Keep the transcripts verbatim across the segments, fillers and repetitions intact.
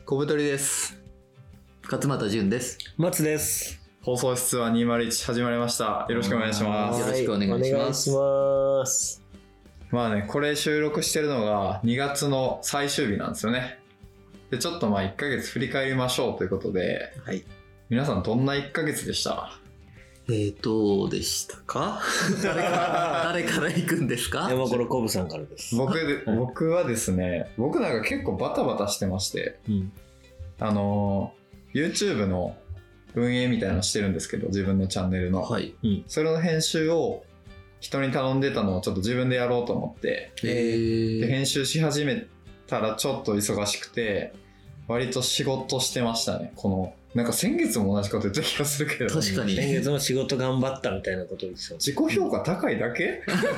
小太りです。勝俣淳です。 松です。 放送室はにまるいち始まりました。よろしくお願いします。 よろしくお願いします。 お願いします。 まあね、これ収録してるのがにがつの最終日なんですよね。で、ちょっとまあいっかげつ振り返りましょうということで、 はい。 皆さんどんないっかげつでした？ えー、どうでしたか？誰から誰から行くんですか？ 山頃コブさんからです。 僕で、僕はですね、僕なんか結構バタバタしてまして、うん、あの YouTube の運営みたいなのしてるんですけど、自分のチャンネルの、はい、うん、それの編集を人に頼んでたのをちょっと自分でやろうと思って、で編集し始めたらちょっと忙しくて割と仕事してましたね。このなんか先月も同じこと言った気がするけど、 確かに先月も仕事頑張ったみたいなことですよ。 自己評価高いだけ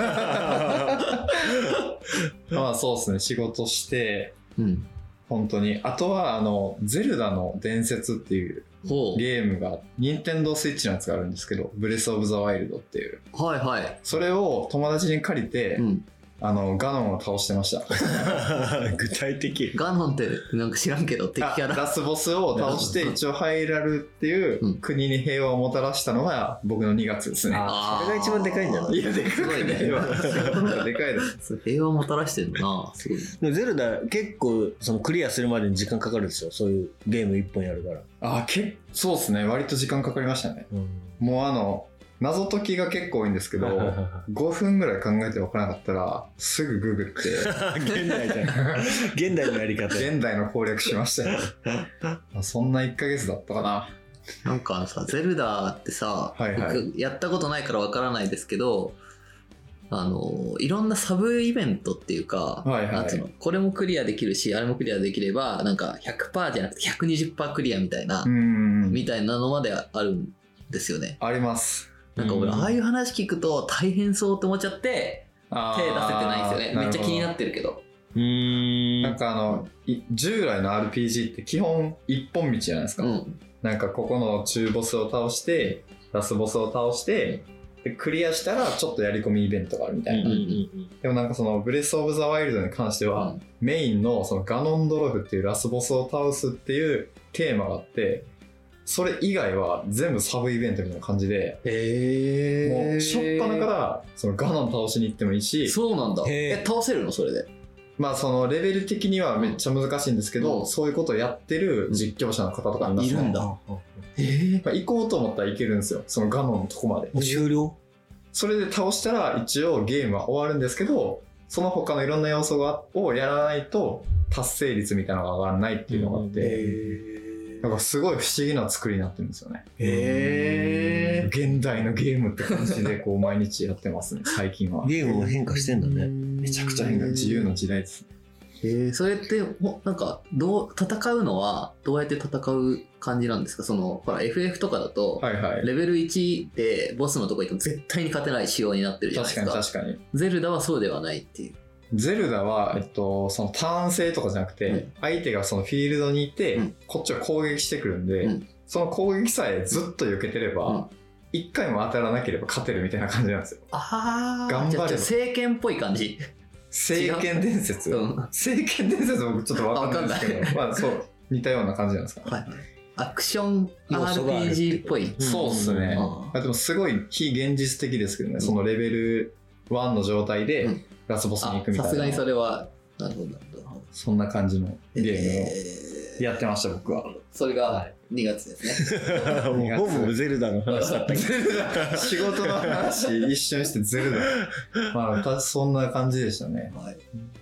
まあそうですね、仕事して、うん、本当に。あとはあのゼルダの伝説っていうゲームが任天堂スイッチのやつがあるんですけど、ブレスオブザワイルドっていう、 はいはい、 それを友達に借りて、うん、あのガノンを倒してました。 具体的。 ガノンってなんか知らんけど敵キャラ、 ラスボスを倒して一応ハイラルっていう国に平和をもたらしたのが僕のにがつですね。 ああ、それが一番でかいんじゃない？ いや、でかいね。平和でかいです。 平和をもたらしてるな。すごい。 でゼルダ結構そのクリアするまでに時間かかるんですよ。そういうゲーム一本やるから。 ああ、けそうですね。割と時間かかりましたね。うん、もうあの謎解きが結構多いんですけどごふんぐらい考えて分からなかったらすぐググって現代じゃん現代のやり方、 現代の攻略しましたよそんないっかげつだったかな。 なんかさ、ゼルダってさ、はいはい、僕やったことないから分からないですけど、あのいろんなサブイベントっていうか、はいはい、なんつうの、これもクリアできるしあれもクリアできればなんか ひゃくパーセント じゃなくて ひゃくにじゅっパーセント クリアみたいなみたいなのまであるんですよね。 あります。 なんか俺ああいう話聞くと大変そうって思っちゃって手出せてないんですよね。めっちゃ気になってるけど。 うーん、なんかあの従来の アールピージー って基本一本道じゃないですか、うん、なんかここの中ボスを倒してラスボスを倒してでクリアしたらちょっとやり込みイベントがあるみたいな、うんうんうん、でもなんかそのブレスオブザワイルドに関しては、うん、メインのそのガノンドロフっていうラスボスを倒すっていうテーマがあって、それ以外は全部サブイベントみたいな感じで、へー、もう初っ端からそのガノン倒しに行ってもいいし。 そうなんだ。え、倒せるのそれで？ まあそのレベル的にはめっちゃ難しいんですけど、うん、そういうことをやってる実況者の方とかいますね。 いるんだ。 へー、まあ、行こうと思ったら行けるんですよ、そのガノンのとこまで。 終了？ それで倒したら一応ゲームは終わるんですけど、その他のいろんな要素がをやらないと達成率みたいなのが上がらないっていうのがあって、へー、なんかすごい不思議な作りになってるんですよね。へー、現代のゲームって感じでこう毎日やってますね最近は。 ゲームも変化してんだね。 めちゃくちゃ変化、自由の時代ですね。 へー、それってなんかどう戦うのはどうやって戦う感じなんですか？そのほら エフエフ とかだと、はいはい、レベルいちでボスのとこ行っても絶対に勝てない仕様になってるじゃないですか。 確かに確かに。 ゼルダはそうではないっていう。 ゼルダは、えっと、そのターン制とかじゃなくて、うん、相手がそのフィールドにいて、うん、こっちを攻撃してくるんで、うん、その攻撃さえずっと避けてれば、一、うん、回も当たらなければ勝てるみたいな感じなんですよ。 ああ、頑張れば。聖剣っぽい感じ。 聖剣伝説、うん、聖剣伝説僕ちょっと分かんないですけど、まあそう似たような感じなんですか、ね。はい。アクション アールピージー っぽい。そうっすね。うん、でもすごい非現実的ですけどね、うん、そのレベルいちの状態で、うんラスボスに行くみたいな。さすがにそれはなるほどなるほど。そんな感じのゲームをやってました、えー、僕は。それがにがつですね。 もうほぼゼルダの話だったけど。 ゼルダ仕事の話一瞬してゼルダ。まあそんな感じでしたね。はい。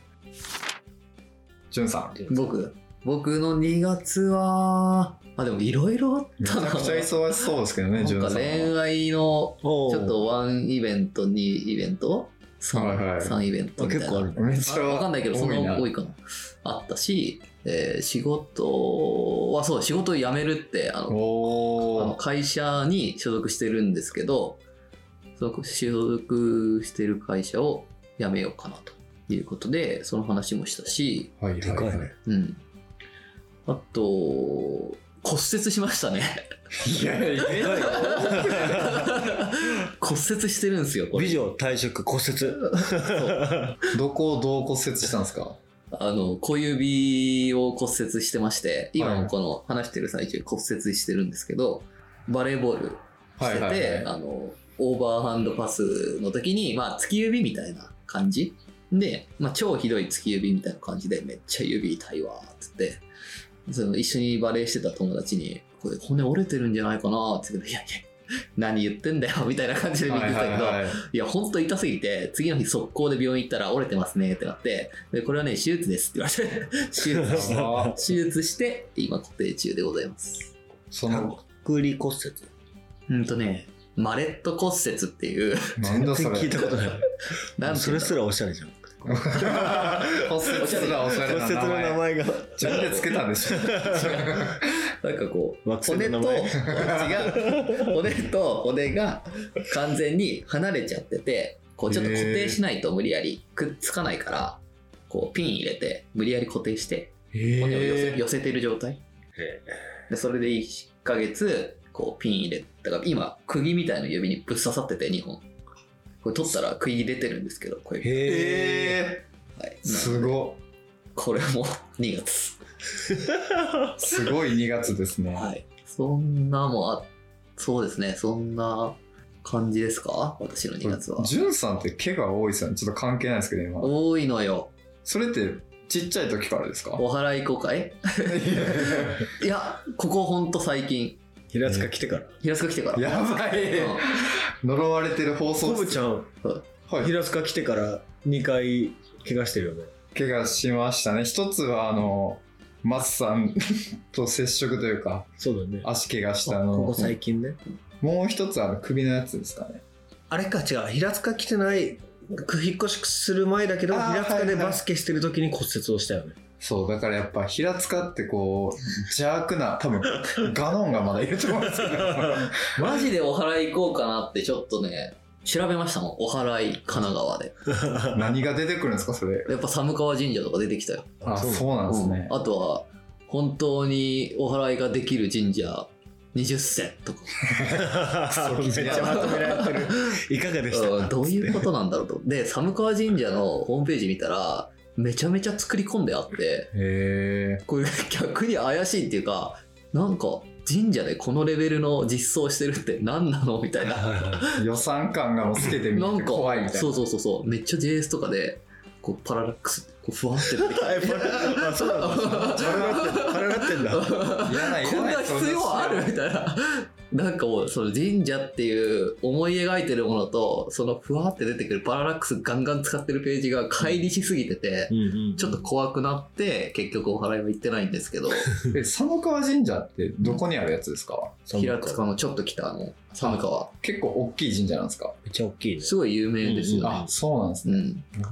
ジュンさん。 僕僕のにがつはあでもいろいろあったな。 めちゃくちゃ忙しそうですけどね。 ジュンさん。恋愛のちょっとワンイベントにイベント。さん, はいはい、さんイベントみたいな。 結構ある。 めっちゃ分かんないけどその多いかな。あったし、えー、仕事はそう仕事を辞めるってあのあの会社に所属してるんですけど、所属してる会社を辞めようかなということでその話もしたし、 はいはいはい、 うん。あと骨折しましたね。 いやいや骨折してるんですよこれ。 美女退職骨折。 そうどこをどう骨折したんですか？ あの、小指を骨折してまして、今もこの話してる最中骨折してるんですけど、バレーボールしてて、はいはいはい、あの、オーバーハンドパスの時に、まあ、突き指みたいな感じで、まあ、超ひどい突き指みたいな感じで、めっちゃ指痛いわ、つって、その一緒にバレーしてた友達に、これ骨折れてるんじゃないかなって言って、いやいや、何言ってんだよみたいな感じで見てたけど、はいはいはい、いやほんと痛すぎて次の日速攻で病院行ったら折れてますねってなって、でこれはね手術ですって言われて手術して手術して今固定中でございます。 そのくり骨折うんとねマレット骨折っていうなんだそれ聞いたことないなんそれすらおしゃれじゃん骨折がおしゃれな名前、 骨折の名前が自分でつけたんでしょなんかこう骨と違う骨と骨が完全に離れちゃっててこうちょっと固定しないと無理やりくっつかないからこうピン入れて無理やり固定して骨を寄せ、寄せてる状態でそれでいっかげつこうピン入れだから今釘みたいな指にぶっ刺さっててにほんこれ取ったら釘出てるんですけどこれへー、はい、すごっこれもにがつすごいにがつですね。 はい。そんなもあ、そうですね。そんな感じですか？私のにがつは。 じゅんさんって毛が多いですよね。ちょっと関係ないですけど今。 多いのよ。 それってちっちゃい時からですか？ お祓い行こうかい？いや、ここほんと最近。 平塚来てから。 平塚来てから。 やばい。うん、呪われてる放送。 コブちゃん、はい、平塚来てからにかい怪我してるよね。 怪我しましたね。一つはあの。マスさんと接触というか、 そうだね。 足怪我したの。 ここ最近ね。 もう一つは首のやつですかね。 あれか違う。平塚来てない、引っ越しする前だけど、平塚でバスケしてる時に骨折をしたよね。 そう、だからやっぱ平塚ってこう、邪悪な、多分、ガノンがまだいると思うんですけど。 マジでお祓い行こうかなってちょっとね、調べましたもん。お祓い神奈川で。 何が出てくるんですかそれ。 やっぱ寒川神社とか出てきたよ。 あ、そうなんですね、 うん。あとは本当にお祓いができる神社にじゅっせんとか。 めっちゃまとめられてる。いかがでしたか？ どういうことなんだろうと。で寒川神社のホームページ見たらめちゃめちゃ作り込んであって、 へー、 これ逆に怪しいっていうか、なんか神社でこのレベルの実装してるって何なのみたいな予算感がもうつけてみて怖いみたいな。 そうそうそうそうめっちゃ ジェイエス とかでこうパララックスこうふわって出てきてあそうなんだパララってんだいらないいらないこんな必要あるみたいななんかもうその神社っていう思い描いてるものとそのふわって出てくるパララックスガンガン使ってるページが乖離しすぎてて、うんうんうん、ちょっと怖くなって結局お祓いは行ってないんですけどえ寒川神社ってどこにあるやつですか？ 平塚のちょっちょっと北の寒川。 結構大きい神社なんですか？ めっちゃ大きいね。 すごい有名ですよね、うんうん、 あそうなんですね、うん、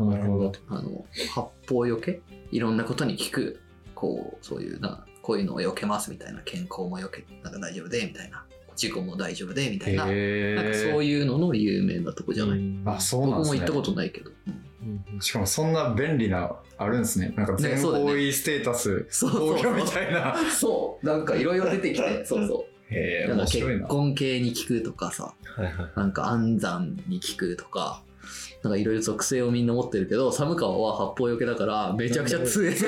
なるほど。 あの八方よけいろんなことに効くこうそういうなこういうのをよけますみたいな健康もよけなんか大丈夫でみたいな事故も大丈夫でみたいな、なんかそういうのの有名なとこじゃない。 あ、そうなんですね。 僕も行ったことないけど、 うん、しかもそんな便利なあるんですね。なんか全方位ステータス東京みたいな、 ね、そうなんかいろいろ出てきてそうそうへなんか結婚系に効くとかさ、 はいはい、 なんか安産に効くとかなんかいろいろ属性をみんな持ってるけど寒川は八方よけだからめちゃくちゃ強い全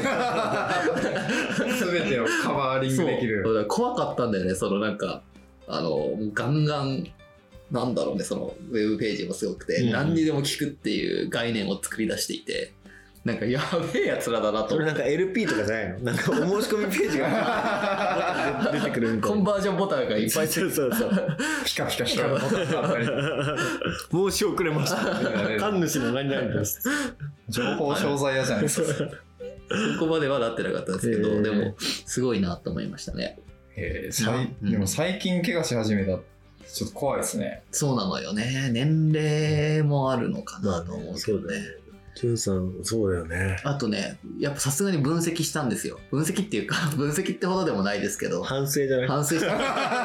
てをカバーリングできる。 そうだから怖かったんだよね。そのなんかあのガンガンなんだろうねそのウェブページもすごくて、うん、何にでも聞くっていう概念を作り出していてなんかやべえやつらだなと思って。それなんか エルピー とかじゃないの？なんかお申し込みページが出てくるみたいなコンバージョンボタンがいっぱいついてそうそうそうピカピカしたボタンがあったり申し遅れました神主の何々です情報商材屋じゃないですかそこまではなってなかったんですけどでもすごいなと思いましたね。 へー、でも最近怪我し始めたちょっと怖いですね。 そうなのよね。年齢もあるのかなと思うけどね。 ジュンさんそうだよね。 あとねやっぱさすがに分析したんですよ。分析っていうか分析ってほどでもないですけど反省じゃない反省した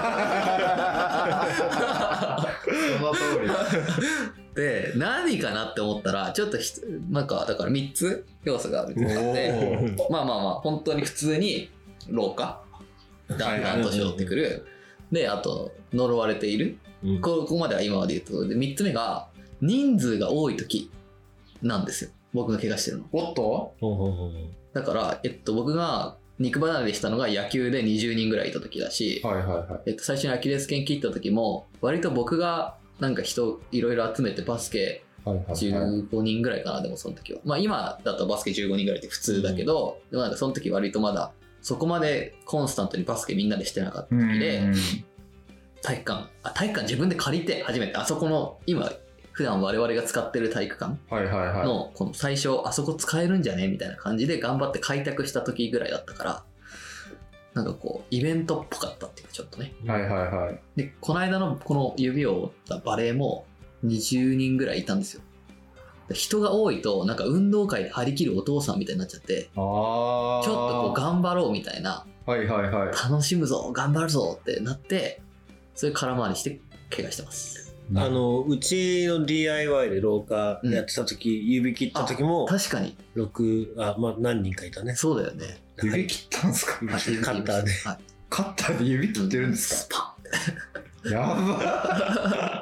その通りで何かなって思ったらちょっとなんかだからみっつ要素があるって感じでまあまあまあ本当に普通に老化だんだん年を取ってくる、はいはい、であと呪われている、うん、ここまでは今まで言うとでみっつめが人数が多い時なんですよ。 僕が怪我してるの。 おっとだから、えっと、僕が肉離れしたのが野球でにじゅうにんぐらいいた時だし、 はいはいはい。 えっと、最初にアキレス腱切った時も、割と僕がなんか人いろいろ集めてバスケじゅうごにんぐらいかな、でもその時は。まあ今だとバスケじゅうごにんぐらいって普通だけど、うん、でもなんかその時割とまだそこまでコンスタントにバスケみんなでしてなかった時で、体育館、あ、体育館自分で借りて初めて、あそこの今、普段我々が使ってる体育館のこの最初あそこ使えるんじゃねみたいな感じで頑張って開拓した時ぐらいだったから、なんかこうイベントっぽかったっていうかちょっとね。 はいはいはい。 でこの間のこの指を折ったバレーもにじゅうにんぐらいいたんですよ。人が多いとなんか運動会で張り切るお父さんみたいになっちゃって、あちょっとこう頑張ろうみたいな、 はいはいはい、 楽しむぞ頑張るぞってなって、そういう空回りして怪我してます。 あのうちの ディーアイワイ で廊下やってた時、うん、指切った時も確かにろくあ、まあ、何人かいたね。 そうだよね。 指切ったんですか？ カッターで、はい、 カッターで指切ってるんですか？うん、やば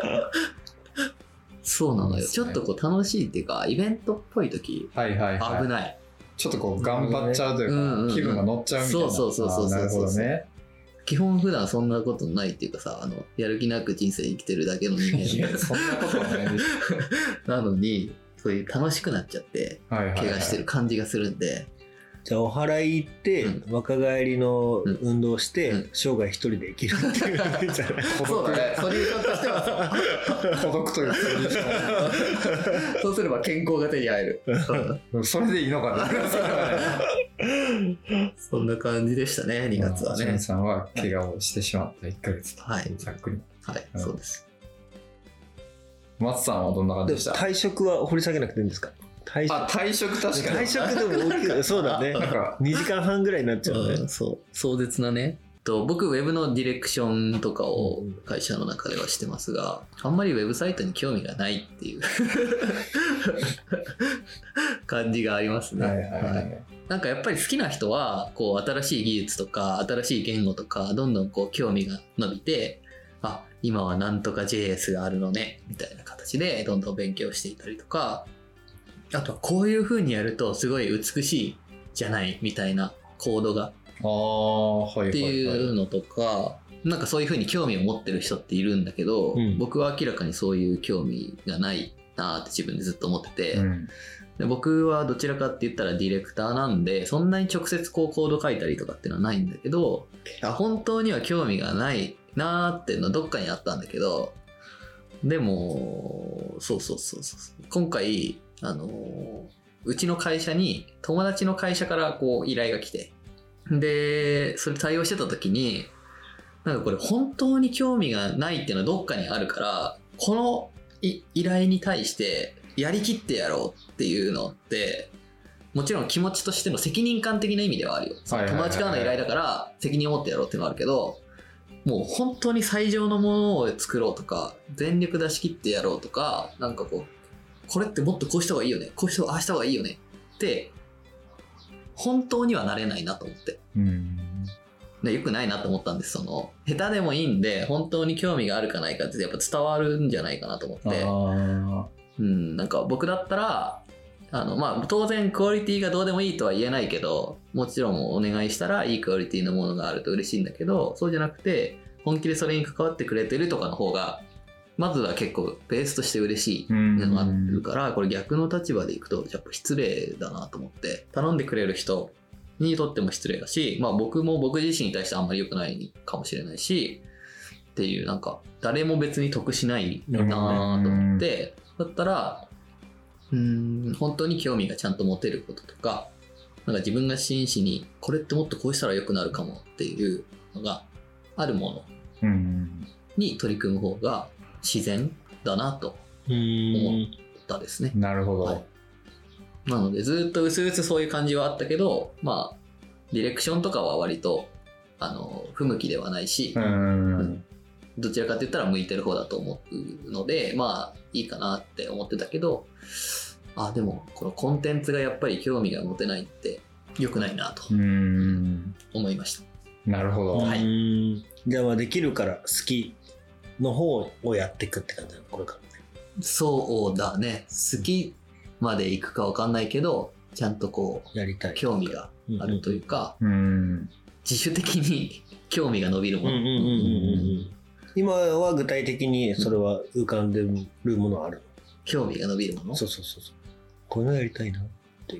そうなのよ、ね、ちょっとこう楽しいっていうかイベントっぽい時、はいはいはい、危ない、 ちょっとこう頑張っちゃうというか、うんうんうん、気分が乗っちゃうみたいな。 そうそうそうそうそう。 なるほどね。 基本普段そんなことないっていうかさ、あのやる気なく人生生きてるだけの人間いやそんなことはないですなのにそういう楽しくなっちゃって怪我してる感じがするんで、はいはいはい、 じゃあお祓い行って、うん、若返りの運動して、うん、生涯一人で生きるっていう感じじゃないそうだね、ソリューションとしては孤独というソリューションそうすれば健康が手に入るそれでいいのかなそんな感じでしたね、にがつはね。 しんさんは怪我をしてしまったいっかげつと、 はい、 ざっくり。 はい、そうです。 松さんはどんな感じでした？ 退職は掘り下げなくていいんですか？ 退職、あ、退職確かに。 退職でも大きい。そうだね。なんかにじかんはんぐらいになっちゃうね。 うん、そう。壮絶なね。と僕ウェブのディレクションとかを会社の中ではしてますが、あんまりウェブサイトに興味がないっていう感じがありますね。はいはいはいはい、なんかやっぱり好きな人はこう新しい技術とか新しい言語とかどんどんこう興味が伸びて、あ、今はなんとか ジェイエス があるのねみたいな形でどんどん勉強していたりとか、あとはこういう風にやるとすごい美しいじゃないみたいなコードがああ、はいはいはい、 っていうのとか、なんかそういう風に興味を持ってる人っているんだけど、うん、僕は明らかにそういう興味がないなって自分でずっと思ってて、うん、で僕はどちらかって言ったらディレクターなんでそんなに直接こうコード書いたりとかっていうのはないんだけど、本当には興味がないなーっていうのはどっかにあったんだけど、でもそうそうそうそう今回あのうちの会社に友達の会社からこう依頼が来て、でそれ対応してた時になんかこれ本当に興味がないっていうのはどっかにあるから、この依頼に対してやりきってやろうっていうのってもちろん気持ちとしての責任感的な意味ではあるよ。その友達からの依頼だから責任を持ってやろうっていうのはあるけど、もう本当に最上のものを作ろうとか全力出し切ってやろうとか、なんかこうこれってもっとこうした方がいいよね、こうした方がああした方がいいよねって本当にはなれないなと思って、うん、でよくないなと思ったんです。その下手でもいいんで本当に興味があるかないかってやっぱ伝わるんじゃないかなと思って、あ、うん、なんか僕だったらあの、まあ、当然クオリティがどうでもいいとは言えないけど、もちろんお願いしたらいいクオリティのものがあると嬉しいんだけど、そうじゃなくて本気でそれに関わってくれてるとかの方がまずは結構ベースとして嬉しいのがあるから、これ逆の立場でいくとやっぱ失礼だなと思って、頼んでくれる人にとっても失礼だし、まあ僕も僕自身に対してあんまり良くないかもしれないしっていう、なんか誰も別に得しないなと思って、だったらうーん本当に興味がちゃんと持てることとか、なんか自分が真摯にこれってもっとこうしたら良くなるかもっていうのがあるものに取り組む方が自然だなと思ったですね。 なるほど、はい、 なのでずっと薄々そういう感じはあったけど、まあディレクションとかは割とあの不向きではないし、うん、どちらかと言ったら向いてる方だと思うので、まあいいかなって思ってたけど、あでもこのコンテンツがやっぱり興味が持てないって良くないなと思いました。 なるほど、 はい、じゃあまあできるから好きの方をやっていくって感じなのこれからね。 そうだね、好きまで行くかわかんないけど、ちゃんとこう、 やりたい。 興味があるというか、 うん、 自主的に興味が伸びるもの。 今は具体的にそれは浮かんでるものはあるの？ 興味が伸びるもの？ そうそうそうそう。こういうのやりたいなっていう。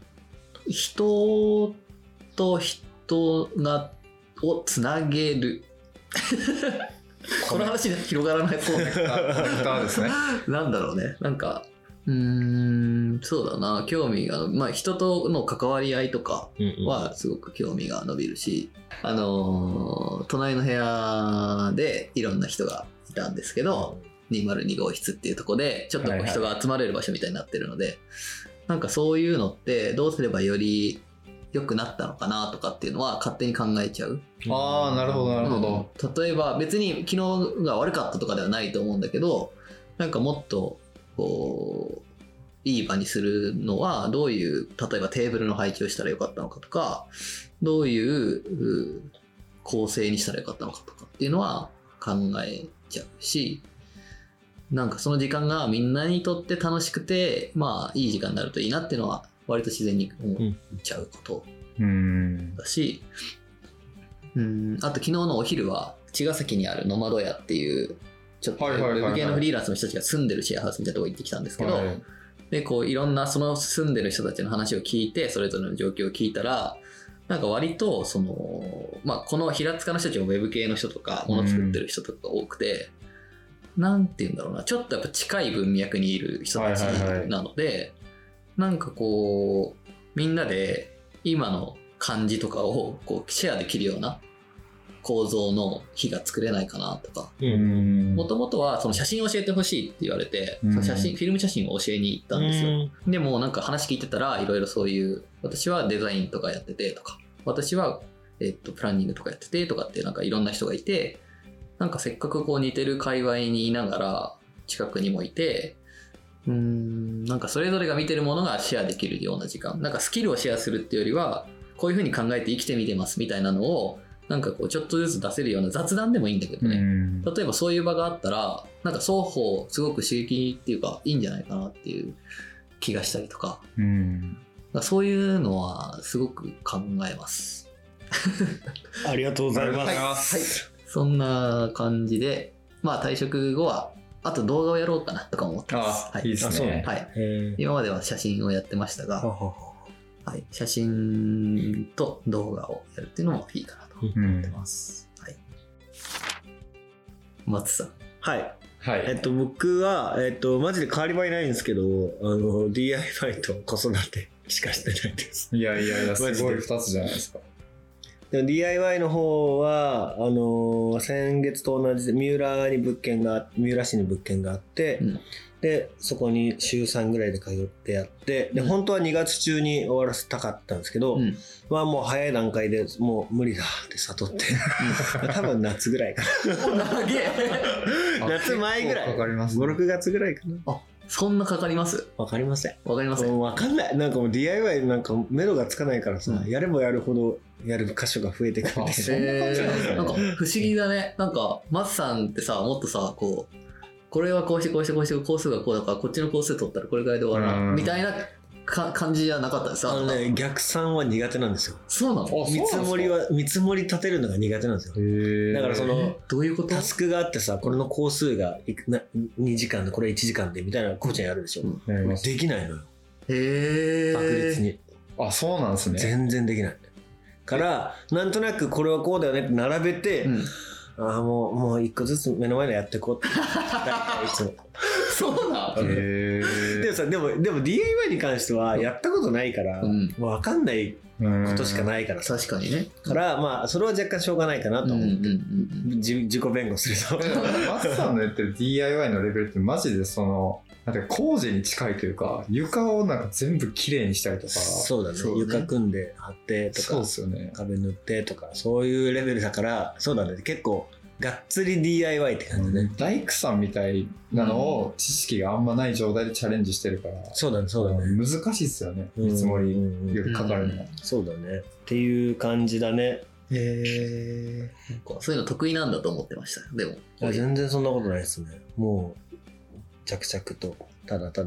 人と人がをつなげる。この話で広がらないそうね。 ですね。 なんだろうね。なんか、うーん、そうだな。興味が、まあ人との関わり合いとかはすごく興味が伸びるし、うんうん、あのー、隣の部屋でいろんな人がいたんですけど、にまるに号室っていうところで、ちょっとこう人が集まれる場所みたいになってるので、はいはい、なんかそういうのってどうすればより良くなったのかなとかっていうのは勝手に考えちゃう。 ああ、なるほどなるほど、 うん、例えば別に昨日が悪かったとかではないと思うんだけど、なんかもっとこういい場にするのはどういう例えばテーブルの配置をしたらよかったのかとか、どういう構成にしたらよかったのかとかっていうのは考えちゃうし、なんかその時間がみんなにとって楽しくて、まあいい時間になるといいなっていうのは割と自然に思っちゃうことだし、うん、あと昨日のお昼は茅ヶ崎にあるノマド屋っていうちょっとウェブ系のフリーランスの人たちが住んでるシェアハウスみたいなとこ行ってきたんですけど、はい、でこういろんなその住んでる人たちの話を聞いて、それぞれの状況を聞いたら、なんか割とその、まあ、この平塚の人たちもウェブ系の人とか物作ってる人とか多くて、うん、なんて言うんだろうな、ちょっとやっぱ近い文脈にいる人たちなので、はいはいはい、なんかこうみんなで今の感じとかをこうシェアできるような構造の日が作れないかなとか、もともとはその写真を教えてほしいって言われて、その写真フィルム写真を教えに行ったんですよ。でもなんか話聞いてたらいろいろそういう私はデザインとかやっててとか、私はえっとプランニングとかやっててとかってなんかいろんな人がいて、なんかせっかくこう似てる界隈にいながら近くにもいて、うーんなんかそれぞれが見てるものがシェアできるような時間、なんかスキルをシェアするっていうよりはこういう風に考えて生きてみてますみたいなのをなんかこうちょっとずつ出せるような雑談でもいいんだけどね、例えばそういう場があったらなんか双方すごく刺激っていうかいいんじゃないかなっていう気がしたりとか、うんそういうのはすごく考えますありがとうございます、はいはい、そんな感じで、まあ退職後はあと動画をやろうかなとか思ってます。 あ、はい、いいですね。 はい、今までは写真をやってましたが、はい、写真と動画をやるっていうのもいいかなと思ってます。うん、はい。松さん。 はい。はい。えっと、僕は、えっと、マジで変わり映えないんですけど、あの、ディーアイワイ と子育てしかしてないです。 いやいやいや、すごいふたつじゃないですか。 でも ディーアイワイ の方は、あのー、先月と同じで三浦に物件が、三浦市に物件があって、うん、で、そこに週さんぐらいで通ってやって、で、本当はにがつ中に終わらせたかったんですけど、うん、まあもう早い段階でもう無理だって悟って、多分夏ぐらいかな。長え夏前ぐらい。 かかります、ね。 ご、ろくがつぐらいかな。 あ、そんなかかります？ わかりません。 わかりません。 もうわかんない。なんかもう ディーアイワイ なんか目処がつかないからさ、うん、やればやるほどやる箇所が増えてくるんで。 えー、なんか不思議だね。なんか松さんってさ、もっとさ、こうこれはこうしてこうしてこうして工数がこうだからこっちの工数取ったらこれぐらいで終わるなみたいなか感じじゃなかったですか？ あのね、逆算は苦手なんですよ。 そうなの？ 見積もりは見積もり立てるのが苦手なんですよ。だからそのどういうこと？ タスクがあってさ、これの工数がにじかんでこれいちじかんでみたいなこうちゃんやるでしょ、うん、できないのよ。 へー、 確実に。 あ、そうなんですね。 全然できないからなんとなくこれはこうだよねって並べて、うん、ああもうもう一個ずつ目の前のやっていこうって大体いつもそうなの？へー。でもさ、でもでも ディーアイワイ に関してはやったことないから、うん、もう分かんないことしかないからさ。 確かにね。 からまあそれは若干しょうがないかなと思って、うんうんうん、自, 自己弁護すると。 マツさんの言ってる ディーアイワイ のレベルってマジでそのなんか工事に近いというか、床をなんか全部きれいにしたりとか。 そうだね。そうね、床組んで貼ってとか、 そうですよね、 壁塗ってとかそういうレベルだから、そうだね。結構がっつり ディーアイワイ って感じね、うん、 大工さんみたいなのを知識があんまない状態でチャレンジしてるから、うん、 そうだねそうだね、 難しいっすよね、見積もりよりかかるのは、うんうん、 そうだねっていう感じだね。 へえ。そういうの得意なんだと思ってました。でも全然そんなことないですね。もう着々とただただ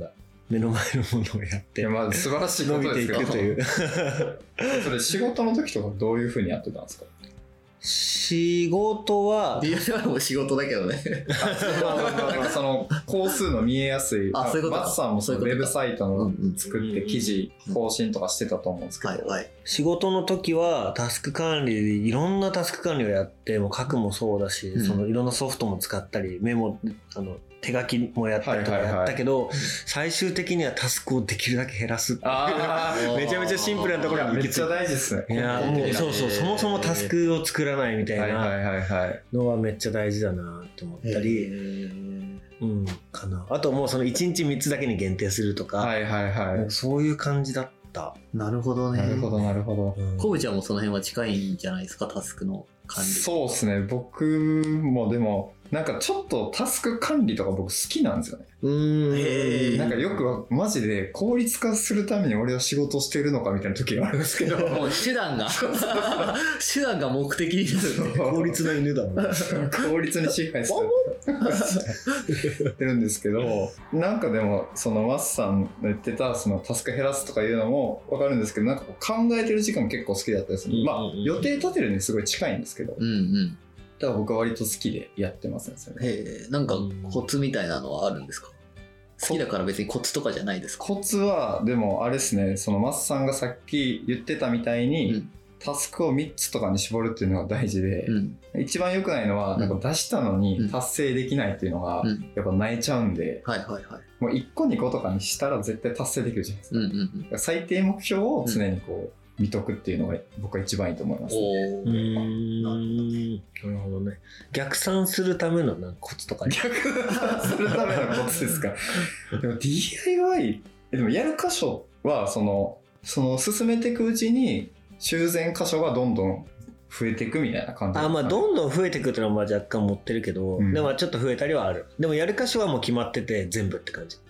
目の前のものをやっていやまあ素晴らしいことですけど伸びていくというそれ仕事の時とかどういう風にやってたんですか？ 仕事はディーアイワイ も仕事だけどねなんかその工数の見えやすいあそういうことか。 バツさんもそのウェブサイトの作って記事更新とかしてたと思うんですけど、 はいはい、 仕事の時はタスク管理でいろんなタスク管理をやってもう書くもそうだし、うん、そのいろんなソフトも使ったりメモあの手書きもやったりとかやったけど、はいはいはい、最終的にはタスクをできるだけ減らすっていうめちゃめちゃシンプルなところに行き着いて、 めっちゃ大事ですね。 いやもうそうそうそもそもタスクを作らないみたいなのはめっちゃ大事だなと思ったり、うんかな。あともうそのいちにちみっつだけに限定するとか、 はいはいはい、 そういう感じだった。 なるほどね。 なるほどなるほど。 コブちゃんもその辺は近いんじゃないですか、タスクの管理。 そうですね。僕もでもなんかちょっとタスク管理とか僕好きなんですよね。 うーん。 なんかよくマジで効率化するために俺は仕事してるのかみたいな時があるんですけどもう手段が手段が目的になる、 ね、効率の犬だもん効率に支配するやってるんですけど、なんかでもそのマスさんの言ってたそのタスク減らすとかいうのも分かるんですけど、なんかこう考えてる時間結構好きだったりする、うんうんうん、まあ予定立てるにすごい近いんですけど、 うんうん、 だから僕は割と好きでやってますね。それへえ、なんかコツみたいなのはあるんですか？好きだから別にコツとかじゃないですか？ コツはでもあれですね、そのマスさんがさっき言ってたみたいに、うん、タスクをみっつとかに絞るっていうのが大事で、うん、一番良くないのはなんか出したのに達成できないっていうのがやっぱ泣いちゃうんで、 うん、はいはいはい、 もういっこにことかにしたら絶対達成できるじゃないですか、うんうんうん、最低目標を常にこう見とくっていうのが僕は一番いいと思います、ね、 おー、なるほどね。逆算するためのなんかコツとか逆算するためのコツですか？でも ディーアイワイ でもやる箇所はそのその進めていくうちに修繕箇所がどんどん増えていくみたいな感じ、 あ、まあどんどん増えていくっていうのはまあ若干持ってるけど、うん、でもちょっと増えたりはある。でもやる箇所はもう決まってて全部って感じ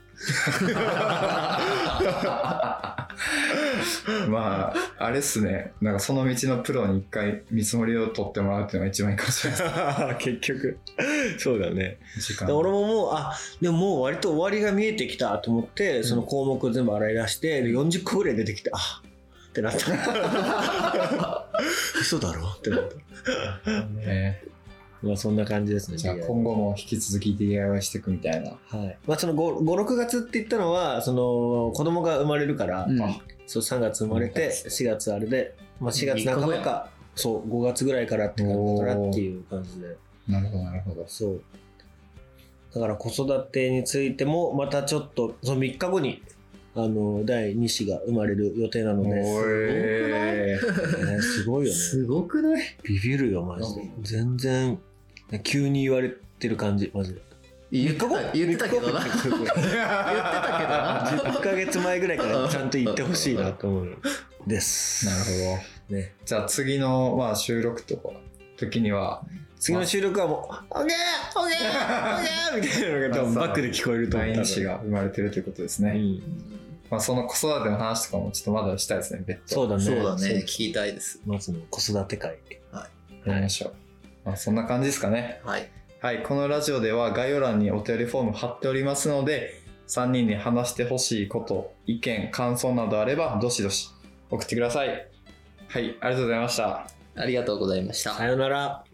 まああれっすね、なんかその道のプロに一回見積もりを取ってもらうっていうのが一番いいかもしれない結局そうだね。時間俺ももうあでももう割と終わりが見えてきたと思って、うん、その項目を全部洗い出してよんじゅっこぐらい出てきて、あってなった嘘だろってなったね。まあそんな感じですね。 じゃあ今後も引き続き ディーアイワイ していくみたいな。 はい。まあそのご、ろくがつって言ったのは、その子供が生まれるから、うん、そうさんがつ生まれてしがつあれで、まあしがつなかばか、そうごがつぐらいからって感じかなっていう感じで。 なるほどなるほど。 そう。だから子育てについてもまたちょっとそのみっかごにあのだいに子が生まれる予定なので、すごいよね。 すごくない？ ビビるよマジで。全然急に言われてる感じマジで。 言ってた言ってたけどな。言ってたけどな。 じゅっかげつまえぐらいからちゃんと言ってほしいなと思うです。 なるほど。ね。じゃあ次のまあ収録とか時には。 次の収録はもう、オッケーオッケーオッケーみたいなのが多分バックで聞こえると思う。 だいに子が生まれてるということですね。うん、まあその子育ての話とかもちょっとまだしたいですね、別途。 そうだね。 そうだね。聞きたいです。 まずの子育て会。 はい。 やりましょう。まあそんな感じですかね。 はい。 はい。このラジオでは概要欄にお便りフォーム貼っておりますので、さんにんに話してほしいこと、意見、感想などあれば、どしどし送ってください。はい。ありがとうございました。 ありがとうございました。 さようなら。